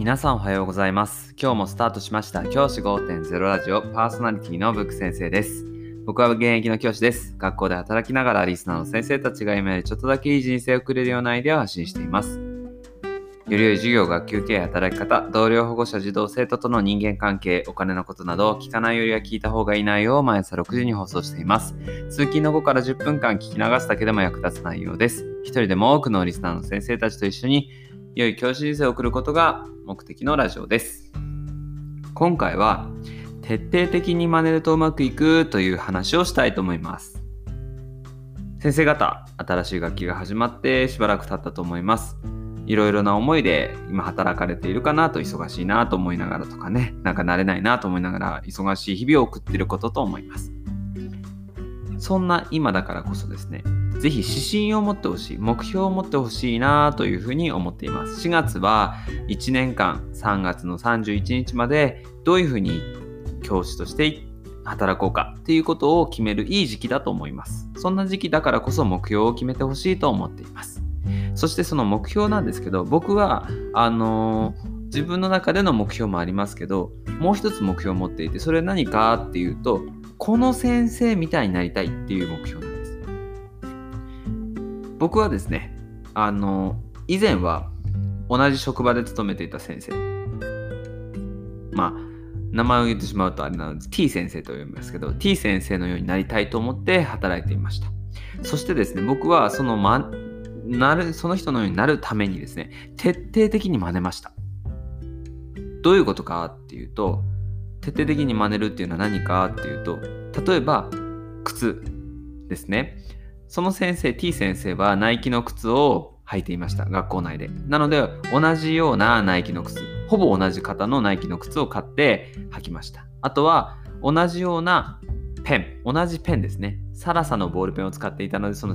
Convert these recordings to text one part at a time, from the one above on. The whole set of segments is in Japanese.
皆さんおはようございます。今日もスタートしました教師 5.0 ラジオパーソナリティのブック先生です。僕は現役の教師です。学校で働きながらリスナーの先生たちが今よりちょっとだけいい人生を送れるようなアイデアを発信しています。より良い授業、学級経営、働き方、同僚、保護者、児童、生徒との人間関係、お金のことなど聞かないよりは聞いた方がいい内容を毎朝6時に放送しています。通勤の後から10分間聞き流すだけでも役立つ内容です。一人でも多くのリスナーの先生たちと一緒に良い教師人生を送ることが目的のラジオです。今回は徹底的に真似るとうまくいくという話をしたいと思います。先生方、新しい学期が始まってしばらく経ったと思います。いろいろな思いで今働かれているかなと、忙しいなと思いながらとかね、なんか慣れないなと思いながら忙しい日々を送っていることと思います。そんな今だからこそですね、ぜひ指針を持ってほしい、目標を持ってほしいなというふうに思っています。4月は1年間3月の31日までどういうふうに教師として働こうかっていうことを決めるいい時期だと思います。そんな時期だからこそ目標を決めてほしいと思っています。そしてその目標なんですけど、僕は自分の中での目標もありますけど、もう一つ目標を持っていて、それ何かっていうと、この先生みたいになりたいっていう目標なんです。僕はですね、以前は同じ職場で勤めていた先生、名前を言ってしまうとあれなので T 先生と呼びますけど、 T 先生のようになりたいと思って働いていました。そしてですね、僕はその人のようになるためにですね、徹底的に真似ました。どういうことかっていうと、徹底的に真似るっていうのは何かっていうと、例えば靴ですね。その先生 T 先生はナイキの靴を履いていました、学校内で。なので同じようなナイキの靴、ほぼ同じ型のナイキの靴を買って履きました。あとは同じような同じペンですね。サラサのボールペンを使っていたので、その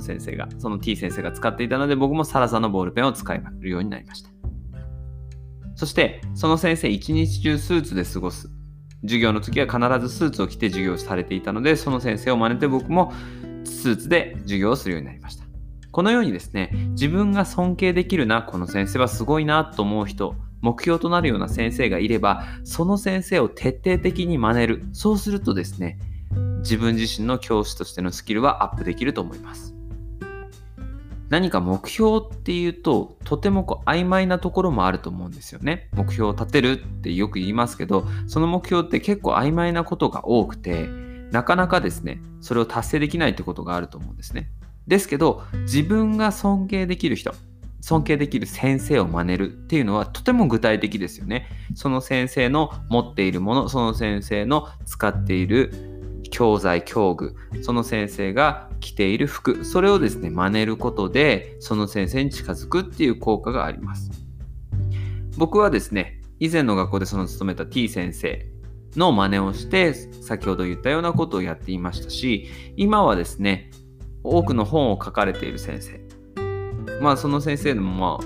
T 先生が使っていたので、僕もサラサのボールペンを使えるようになりました。そしてその先生一日中スーツで過ごす。授業の時は必ずスーツを着て授業をされていたので、その先生を真似て僕もスーツで授業をするようになりました。このようにですね、自分が尊敬できるな、この先生はすごいなと思う人、目標となるような先生がいれば、その先生を徹底的に真似る。そうするとですね、自分自身の教師としてのスキルはアップできると思います。何か目標っていうと、とても曖昧なところもあると思うんですよね。目標を立てるってよく言いますけど、その目標って結構曖昧なことが多くて、なかなかですね、それを達成できないってことがあると思うんですね。ですけど、自分が尊敬できる人、尊敬できる先生を真似るっていうのはとても具体的ですよね。その先生の持っているもの、その先生の使っている教材、教具、その先生が着ている服、それをですね、真似ることでその先生に近づくっていう効果があります。僕はですね、以前の学校で勤めた T 先生の真似をして先ほど言ったようなことをやっていましたし、今はですね、多くの本を書かれている先生、その先生も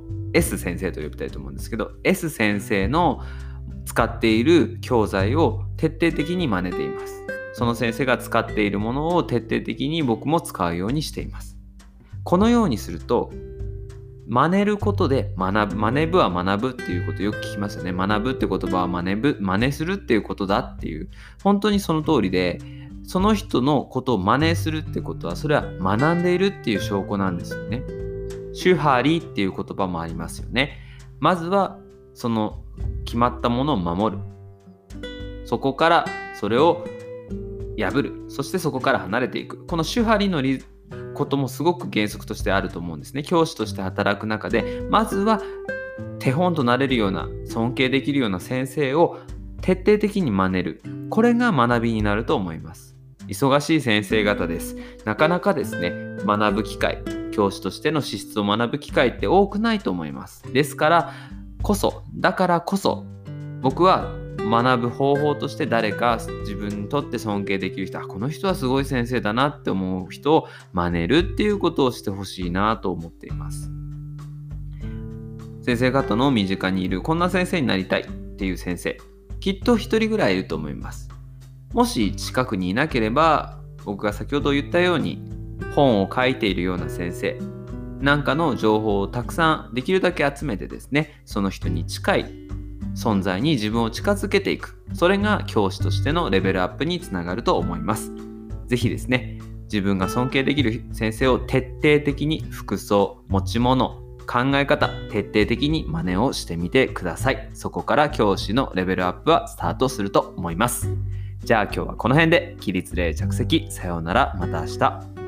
S 先生と呼びたいと思うんですけど、 S 先生の使っている教材を徹底的に真似ています。その先生が使っているものを徹底的に僕も使うようにしています。このようにすると、真似ることで学ぶ。真似ぶは学ぶっていうことよく聞きますよね。学ぶって言葉は真似するっていうことだっていう、本当にその通りで、その人のことを真似するってことは、それは学んでいるっていう証拠なんですよね。シュハリっていう言葉もありますよね。まずはその決まったものを守る。そこからそれを破る。そしてそこから離れていく。このシュハリのこともすごく原則としてあると思うんですね。教師として働く中で、まずは手本となれるような、尊敬できるような先生を徹底的に真似る。これが学びになると思います。忙しい先生方です。なかなかですね、学ぶ機会、教師としての資質を学ぶ機会って多くないと思います。だからこそ、僕は学ぶ方法として誰か自分にとって尊敬できる人、この人はすごい先生だなって思う人を真似るっていうことをしてほしいなと思っています。先生方の身近にいるこんな先生になりたいっていう先生、きっと一人ぐらいいると思います。もし近くにいなければ、僕が先ほど言ったように本を書いているような先生なんかの情報をたくさんできるだけ集めてですね、その人に近い存在に自分を近づけていく。それが教師としてのレベルアップにつながると思います。ぜひですね、自分が尊敬できる先生を徹底的に服装、持ち物、考え方、徹底的に真似をしてみてください。そこから教師のレベルアップはスタートすると思います。じゃあ今日はこの辺で。起立例着席。さようなら。また明日。